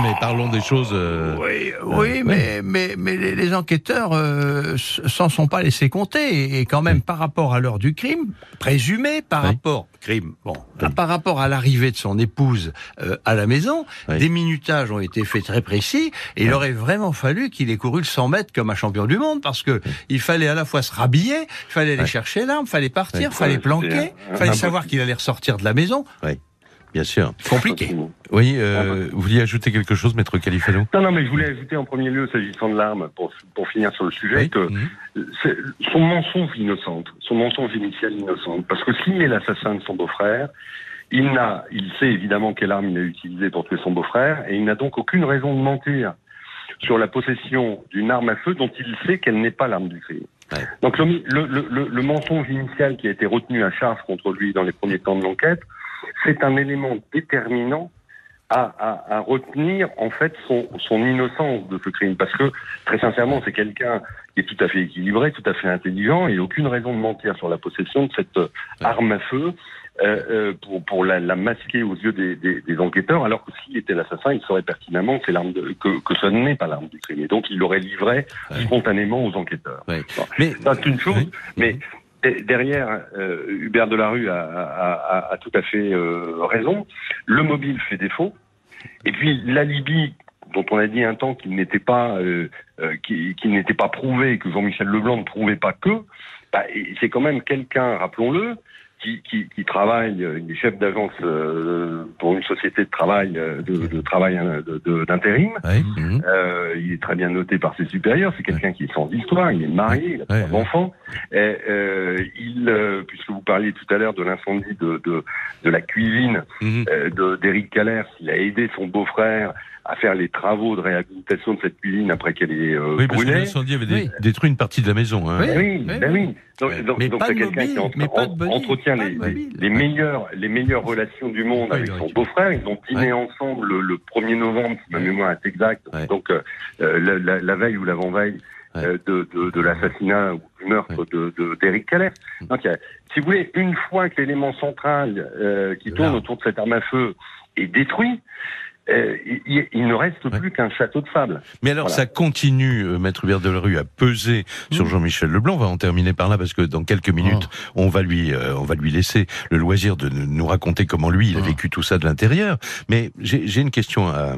mais parlons des choses... Euh, oui, oui, euh, mais, mais, mais les, les enquêteurs euh, s'en sont pas laissés compter. Et, et quand même, oui. par rapport à l'heure du crime, présumé, par oui. rapport... Crime, bon, oui. par rapport à l'arrivée de son épouse euh, à la maison, oui. des minutages ont été faits très précis, et oui. il aurait vraiment fallu qu'il ait couru le cent mètres comme un champion du monde, parce que oui. il fallait à la fois se rhabiller, il fallait aller oui. chercher l'arme, il fallait partir, il oui. fallait planquer, il fallait savoir qu'il allait ressortir de la maison. Oui. Bien sûr. Compliqué. Oui, euh, vous vouliez ajouter quelque chose, Maître Califano ? Non, non, mais je voulais ajouter en premier lieu, s'agissant de l'arme, pour, pour finir sur le sujet, oui. que mmh. c'est son mensonge innocente, son mensonge initial innocente, parce que s'il est l'assassin de son beau-frère, il n'a, il sait évidemment quelle arme il a utilisée pour tuer son beau-frère, et il n'a donc aucune raison de mentir sur la possession d'une arme à feu dont il sait qu'elle n'est pas l'arme du crime. Ouais. Donc le, le, le, le mensonge initial qui a été retenu à charge contre lui dans les premiers temps de l'enquête, c'est un élément déterminant à, à, à retenir en fait son, son innocence de ce crime, parce que très sincèrement c'est quelqu'un qui est tout à fait équilibré, tout à fait intelligent, et aucune raison de mentir sur la possession de cette ouais. arme à feu euh, euh, pour, pour la, la masquer aux yeux des, des, des enquêteurs, alors que s'il était l'assassin, il saurait pertinemment que, c'est l'arme de, que, que ce n'est pas l'arme du crime, et donc il l'aurait livré ouais. spontanément aux enquêteurs. Ouais. Bon. Mais c'est une chose, ouais. mais derrière, euh, Hubert Delarue a, a, a, a tout à fait euh, raison. Le mobile fait défaut. Et puis l'alibi, dont on a dit un temps qu'il n'était pas, euh, euh, qu'il, qu'il n'était pas prouvé, que Jean-Michel Leblanc ne prouvait pas que, bah, c'est quand même quelqu'un, rappelons-le, qui, qui, qui travaille, il est chef d'agence euh, pour une société de travail, de, de travail de, de, d'intérim. Oui. Euh, il est très bien noté par ses supérieurs. C'est quelqu'un qui est sans histoire. Il est marié, il a trois oui. enfants. Et, euh, il, euh, puisque vous parliez tout à l'heure de l'incendie de, de, de la cuisine mm-hmm. euh, de, d'Éric Callers, il a aidé son beau-frère à faire les travaux de réhabilitation de cette cuisine après qu'elle ait euh, oui, brûlé. Parce que l'incendie avait oui. détruit une partie de la maison. Hein. Oui, oui, oui. Ben oui. Donc, ouais. donc, mais donc pas c'est de quelqu'un mobile, qui entre, mais pas de en, entretient les, les, les meilleures, les meilleures relations du monde oui, avec son beau-frère. Ils ont dîné ouais. ensemble le, le premier novembre, si ma mémoire est exacte. Ouais. Donc euh, la, la, la veille ou l'avant-veille. Ouais. Euh, de, de, de l'assassinat ou du meurtre ouais. de, de, d'Éric Callers. Donc, euh, si vous voulez, une fois que l'élément central euh, qui tourne autour de cette arme à feu est détruit, Euh, il, il ne reste ouais. plus qu'un château de sable. Mais alors, voilà. ça continue, euh, Maître Hubert Delarue, à peser mmh. sur Jean-Michel Leblanc. On va en terminer par là parce que dans quelques minutes, oh. on va lui, euh, on va lui laisser le loisir de nous raconter comment lui, il a oh. vécu tout ça de l'intérieur. Mais j'ai, j'ai une question à,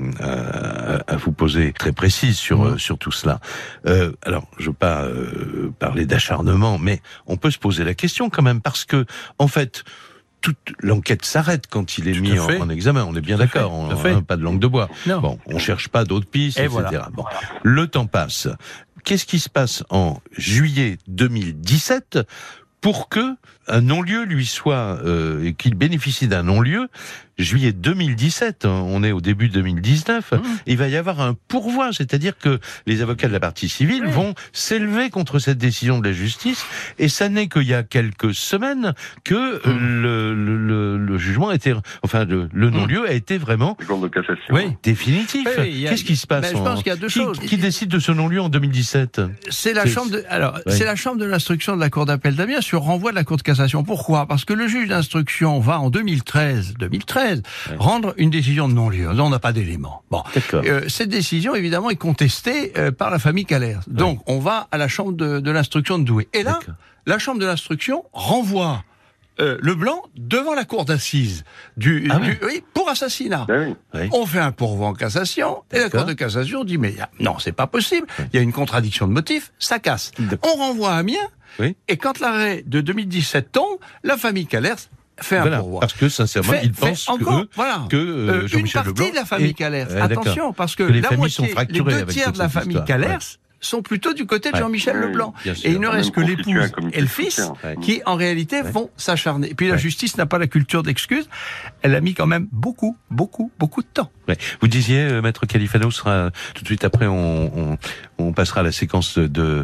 à, à vous poser très précise sur mmh. euh, sur tout cela. Euh, alors, je veux pas euh, parler d'acharnement, mais on peut se poser la question quand même parce que, en fait, toute l'enquête s'arrête quand il est Tout mis en, en examen. On est bien Tout d'accord. On, hein, pas de langue de bois. Non. Bon, on cherche pas d'autres pistes, et et cetera. Voilà. Bon, le temps passe. Qu'est-ce qui se passe en juillet deux mille dix-sept pour que un non-lieu lui soit euh, et qu'il bénéficie d'un non-lieu? Juillet deux mille dix-sept, hein, on est au début deux mille dix-neuf, mmh. il va y avoir un pourvoi, c'est-à-dire que les avocats de la partie civile oui. vont s'élever contre cette décision de la justice, et ça n'est qu'il y a quelques semaines que mmh. le, le, le, le jugement a été, enfin le, le non-lieu a été vraiment de cassation. Oui, définitif. Oui, oui, a, Qu'est-ce qui se passe? Je en, pense qu'il y a deux qui, choses. Qui décide de ce non-lieu en deux mille dix-sept? C'est la c'est, chambre de, alors oui. c'est la chambre de l'instruction de la Cour d'appel d'Amiens sur renvoi de la Cour de cassation. Pourquoi? Parce que le juge d'instruction va en deux mille treize, deux mille treize oui. rendre une décision de non-lieu. On n'a pas d'éléments. Bon, euh, cette décision, évidemment, est contestée euh, par la famille Callers. Donc, oui. on va à la chambre de, de l'instruction de Douai. Et là, D'accord. la chambre de l'instruction renvoie euh, Leblanc devant la cour d'assises du, ah du, oui. oui, pour assassinat. Oui. Oui. On fait un pourvoi en cassation, et D'accord. la cour de cassation dit, mais non, c'est pas possible. Il oui. y a une contradiction de motifs, ça casse. D'accord. On renvoie à Amiens, oui. et quand l'arrêt de deux mille dix-sept tombe, la famille Callers fait un voilà, pourvoi. Parce que, sincèrement, ils pensent que, voilà, que euh, Jean-Michel Leblanc... Une partie de la famille Callers. Euh, Attention, parce que, que les la moitié, sont les deux tiers de la famille histoire. Callers... Ouais. sont plutôt du côté de ouais. Jean-Michel ouais, Leblanc. Et il ne reste que l'épouse et le fils ouais. qui, en réalité, ouais. vont s'acharner. Et puis la ouais. justice n'a pas la culture d'excuse. Elle a mis quand même beaucoup, beaucoup, beaucoup de temps. Ouais. Vous disiez, euh, Maître Califano, sera tout de suite après, on, on, on passera à la séquence de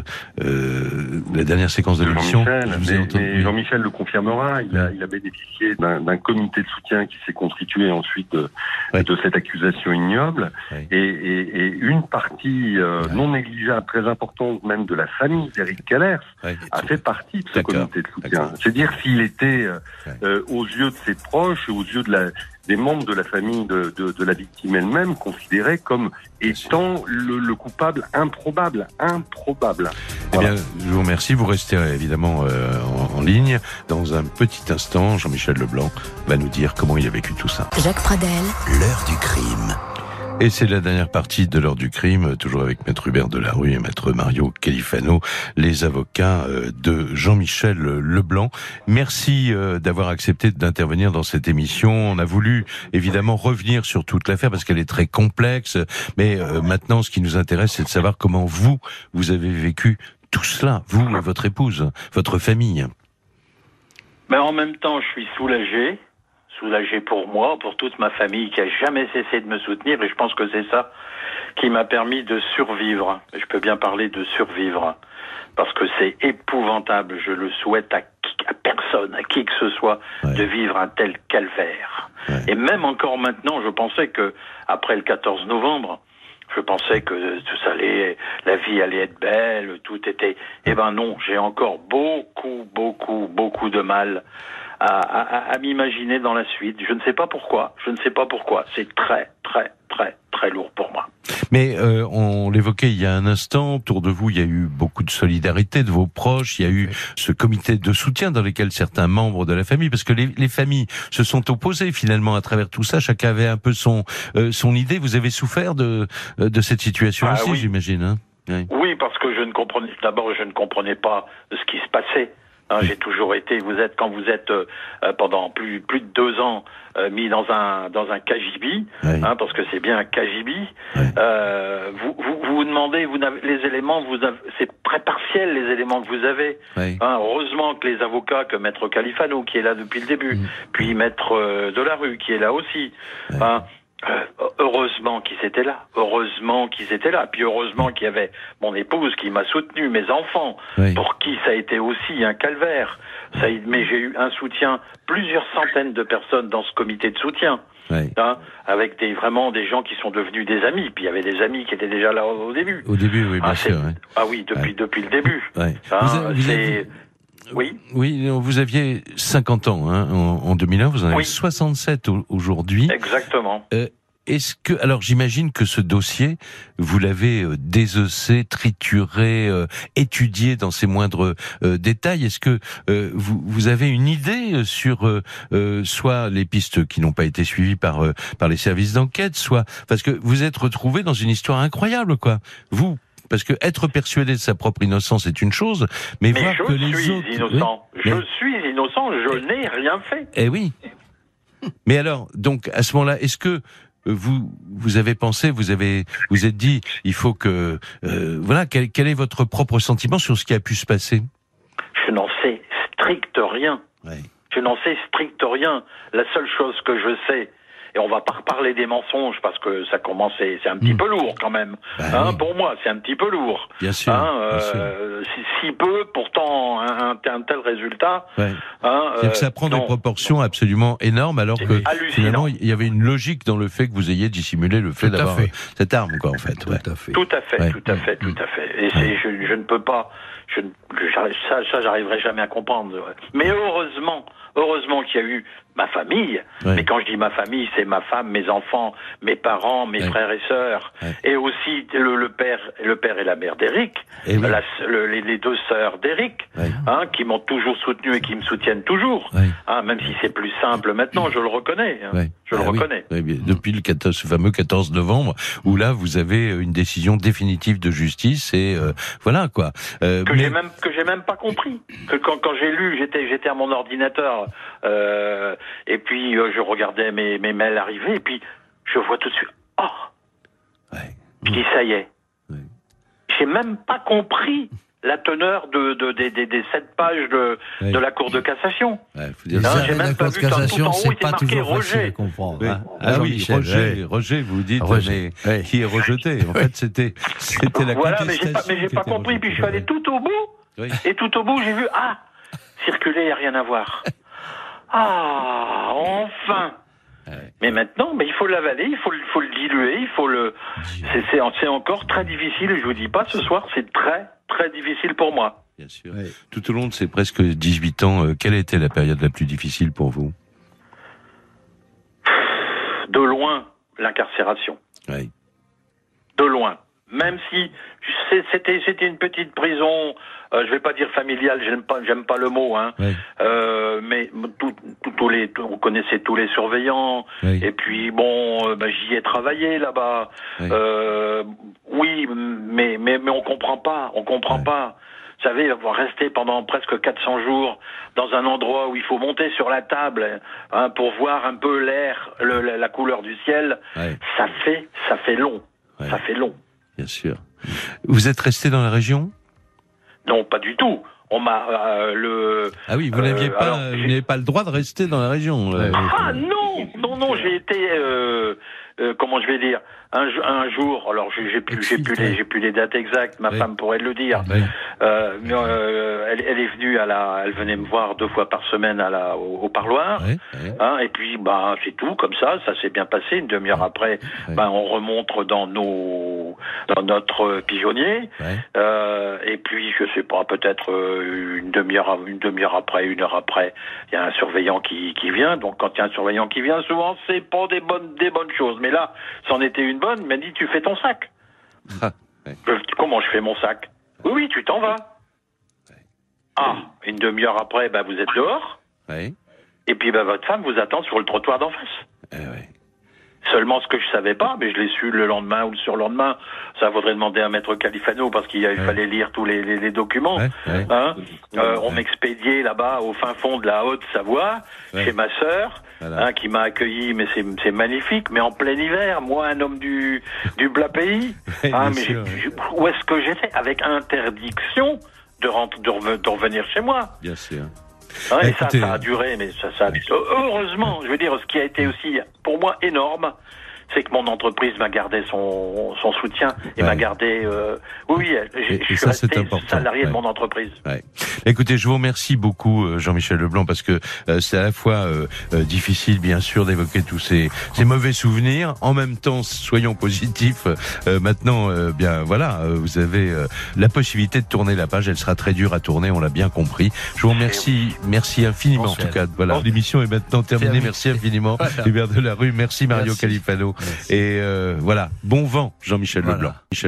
euh, la dernière séquence de l'émission. Jean-Michel, mais, mais Jean-Michel le confirmera. Il a, il a bénéficié d'un, d'un comité de soutien qui s'est constitué ensuite de, ouais. de cette accusation ignoble. Ouais. Et, et, et une partie euh, ouais. non négligeable, très importante même de la famille d'Éric Callers, ouais. a fait partie de ce D'accord. comité de soutien. D'accord. C'est dire s'il était euh, ouais. euh, aux yeux de ses proches, aux yeux de la des membres de la famille de, de, de la victime elle-même considérés comme étant le, le coupable improbable, improbable. Eh bien, je vous remercie. Vous restez euh, évidemment euh, en, en ligne. Dans un petit instant, Jean-Michel Leblanc va nous dire comment il a vécu tout ça. Jacques Pradel, L'heure du crime. Et c'est la dernière partie de l'heure du crime, toujours avec Maître Hubert Delarue et Maître Mario Califano, les avocats de Jean-Michel Leblanc. Merci d'avoir accepté d'intervenir dans cette émission. On a voulu évidemment revenir sur toute l'affaire parce qu'elle est très complexe, mais maintenant ce qui nous intéresse, c'est de savoir comment vous, vous avez vécu tout cela, vous et votre épouse, votre famille. Mais en même temps, je suis soulagé. soulagé pour moi, pour toute ma famille qui a jamais cessé de me soutenir, et je pense que c'est ça qui m'a permis de survivre. Je peux bien parler de survivre, parce que c'est épouvantable. Je le souhaite à, qui, à personne, à qui que ce soit, ouais. de vivre un tel calvaire. Ouais. Et même encore maintenant, je pensais que après le quatorze novembre, je pensais que tout ça allait, la vie allait être belle, tout était. Eh ben non, j'ai encore beaucoup, beaucoup, beaucoup de mal à, à, à m'imaginer dans la suite. Je ne sais pas pourquoi. Je ne sais pas pourquoi. C'est très, très, très, très lourd pour moi. Mais euh, on l'évoquait il y a un instant, autour de vous, il y a eu beaucoup de solidarité de vos proches, il y a eu ce comité de soutien dans lequel certains membres de la famille, parce que les, les familles se sont opposées finalement à travers tout ça, chacun avait un peu son euh, son idée. Vous avez souffert de de cette situation ah, aussi, oui. j'imagine. Hein oui. oui, parce que je ne comprenais, d'abord je ne comprenais pas ce qui se passait. Hein, j'ai toujours été. Vous êtes quand vous êtes euh, pendant plus plus de deux ans euh, mis dans un dans un K G B, oui. hein, parce que c'est bien un K G B. Oui. Euh, vous, vous vous vous demandez, vous n'avez les éléments, vous avez, c'est très partiel les éléments que vous avez. Oui. Hein, heureusement que les avocats, que Maître Califano qui est là depuis le début, mmh. puis Maître euh, Delarue qui est là aussi. Oui. Hein, Euh, heureusement qu'ils étaient là, heureusement qu'ils étaient là, puis heureusement qu'il y avait mon épouse qui m'a soutenu, mes enfants, oui. pour qui ça a été aussi un calvaire. Ça, mais j'ai eu un soutien, plusieurs centaines de personnes dans ce comité de soutien, oui. hein, avec des vraiment des gens qui sont devenus des amis. Puis il y avait des amis qui étaient déjà là au, au début. Au début, oui, bien ah, sûr. Oui. Ah oui, depuis oui. depuis le début. Oui. Hein, vous avez, vous c'est avez... Oui. Oui, vous aviez cinquante ans hein, en, en deux mille un, vous en avez oui. soixante-sept aujourd'hui. Exactement. Euh, est-ce que, alors j'imagine que ce dossier, vous l'avez euh, désossé, trituré, euh, étudié dans ses moindres euh, détails. Est-ce que euh, vous, vous avez une idée sur euh, euh, soit les pistes qui n'ont pas été suivies par euh, par les services d'enquête, soit parce que vous êtes retrouvé dans une histoire incroyable, quoi. Vous. Parce que être persuadé de sa propre innocence est une chose, mais, mais voir je que les suis autres... innocent. Oui, je mais... suis innocent, je n'ai rien fait. Eh oui. Mais alors, donc, à ce moment-là, est-ce que vous vous avez pensé, vous avez vous êtes dit, il faut que... Euh, voilà, quel, quel est votre propre sentiment sur ce qui a pu se passer? Je n'en sais strict rien. Ouais. Je n'en sais strict rien. La seule chose que je sais... Et on va pas reparler des mensonges parce que ça commence, c'est un petit mmh. peu lourd quand même. Bah, hein, oui. Pour moi, c'est un petit peu lourd. Bien sûr. Hein, bien euh, sûr. Si, si peu, pourtant un, un, un tel résultat. Ouais. Hein, euh, ça prend non, des proportions non. absolument énormes, alors que hallucinant. Finalement il y avait une logique dans le fait que vous ayez dissimulé le fait d'avoir cette arme, quoi, en fait. Tout ouais. à fait. Tout à fait. Ouais. Tout à fait. Tout à fait. Et ouais. je, je ne peux pas. Je, je, ça, ça, j'arriverai jamais à comprendre. Mais heureusement, heureusement qu'il y a eu ma famille. Ouais. Mais quand je dis ma famille, c'est ma femme, mes enfants, mes parents, mes ouais. frères et sœurs, ouais. et aussi le, le père, le père et la mère d'Éric, oui. la, le, les, les deux sœurs d'Éric, ouais. hein, qui m'ont toujours soutenu et qui me soutiennent toujours. Ouais. Hein, même si c'est plus simple maintenant, je le reconnais. Hein, ouais. Je ah le oui. reconnais. Oui, depuis le quatorze, ce fameux quatorze novembre, où là vous avez une décision définitive de justice et euh, voilà quoi. Euh, que mais... j'ai même que j'ai même pas compris. Que quand quand j'ai lu, j'étais j'étais à mon ordinateur. Euh, Et puis euh, je regardais mes, mes mails arriver et puis je vois tout de suite. Oh. Ouais. Je dis ça y est. Ouais. J'ai même pas compris la teneur de de des de, de, de sept pages de ouais. de la Cour de cassation. Ouais, faut dire ça, j'ai même pas vu que tout en haut était marqué Roger. Comprendre, oui. Hein. Ah, ah oui, Roger, ouais. Roger, vous dites Roger. Mais ouais. qui est rejeté. En fait, c'était c'était la voilà, mais j'ai pas mais j'ai pas compris. Puis je suis allé tout au bout. Oui. Et tout au bout, j'ai vu ah circuler, y a rien à voir. Ah, enfin. Ouais. Mais maintenant, mais il faut l'avaler, il faut, il faut le diluer, il faut le. C'est, c'est, c'est encore très difficile. Et je vous dis pas, ce soir, c'est très, très difficile pour moi. Bien sûr. Ouais. Tout au long de ces presque dix-huit ans, euh, quelle a été la période la plus difficile pour vous? de loin l'incarcération. Oui. De loin. Même si c'était c'était une petite prison, euh, je vais pas dire familiale, j'aime pas j'aime pas le mot, hein. Oui. Euh, mais tout, tout, tous les, on connaissait tous les surveillants. Oui. Et puis bon, euh, bah, j'y ai travaillé là-bas. Oui. Euh, oui, mais mais mais on comprend pas, on comprend oui. pas. Vous savez, avoir resté pendant presque quatre cents jours dans un endroit où il faut monter sur la table, hein, pour voir un peu l'air, le, la, la couleur du ciel, Oui. ça fait ça fait long, Oui. ça fait long. Bien sûr. Vous êtes resté dans la région ? Non, pas du tout. On m'a euh, le. Ah oui, vous n'aviez euh, pas, alors, vous n'avez pas le droit de rester dans la région. euh, Ah non, non, non, j'ai été, euh, euh, comment je vais dire, un, un jour. Alors j'ai j'ai plus, j'ai plus les, j'ai plus les dates exactes. Ma oui. femme pourrait le dire. Oui. Euh, mais, euh, elle, elle est venue à la, elle venait me voir deux fois par semaine à la, au, au parloir. Oui, oui. Hein, et puis bah c'est tout comme ça, ça s'est bien passé. Une demi-heure après, Oui. bah, on remonte dans nos, dans notre pigeonnier. Oui. Euh, et puis je sais pas, peut-être euh, une demi-heure, une demi-heure après, une heure après, il y a un surveillant qui, qui vient. Donc quand il y a un surveillant qui vient, souvent c'est pas des bonnes, des bonnes choses. Mais là, c'en était une bonne. Il m'a dit tu fais ton sac. Ah, oui. Je, comment je fais mon sac? Oui, oui, tu t'en vas. Ah, une demi-heure après, bah, vous êtes dehors. Oui. Et puis bah, votre femme vous attend sur le trottoir d'en face. Eh oui. Seulement ce que je savais pas, mais je l'ai su le lendemain ou le surlendemain, ça faudrait demander à Maître Califano parce qu'il Ouais. fallait lire tous les, les, les documents. Ouais, ouais. Hein euh, on Ouais. m'expédiait là-bas au fin fond de la Haute-Savoie, Ouais. chez ma sœur, Voilà. hein, qui m'a accueilli, mais c'est c'est magnifique, mais en plein hiver, moi un homme du du bas pays, Ouais, hein, bien mais sûr, j'ai- j'ai- où est-ce que j'étais avec interdiction de, rentrer, de, reve- de revenir chez moi. Bien sûr. Hein, et Écoutez, ça, ça a duré, mais ça, ça. Heureusement, je veux dire, ce qui a été aussi pour moi énorme, c'est que mon entreprise m'a gardé son, son soutien et Ouais. m'a gardé. Euh, oui, oui, j'ai- Et- je et suis ça, c'est resté important. salarié Ouais. de mon entreprise. Ouais. Écoutez, je vous remercie beaucoup, euh, Jean-Michel Leblanc, parce que euh, c'est à la fois euh, euh, difficile, bien sûr, d'évoquer tous ces, ces mauvais souvenirs. En même temps, soyons positifs. Euh, maintenant, euh, bien, voilà, euh, vous avez euh, la possibilité de tourner la page. Elle sera très dure à tourner, on l'a bien compris. Je vous remercie, merci infiniment, en Bonsoir. tout cas. Voilà, l'émission est maintenant terminée. Terminé. Merci infiniment, Voilà. Hubert Delarue. Merci Mario Merci. Califano. Merci. Et euh, voilà, bon vent, Jean-Michel Voilà. Leblanc. Michel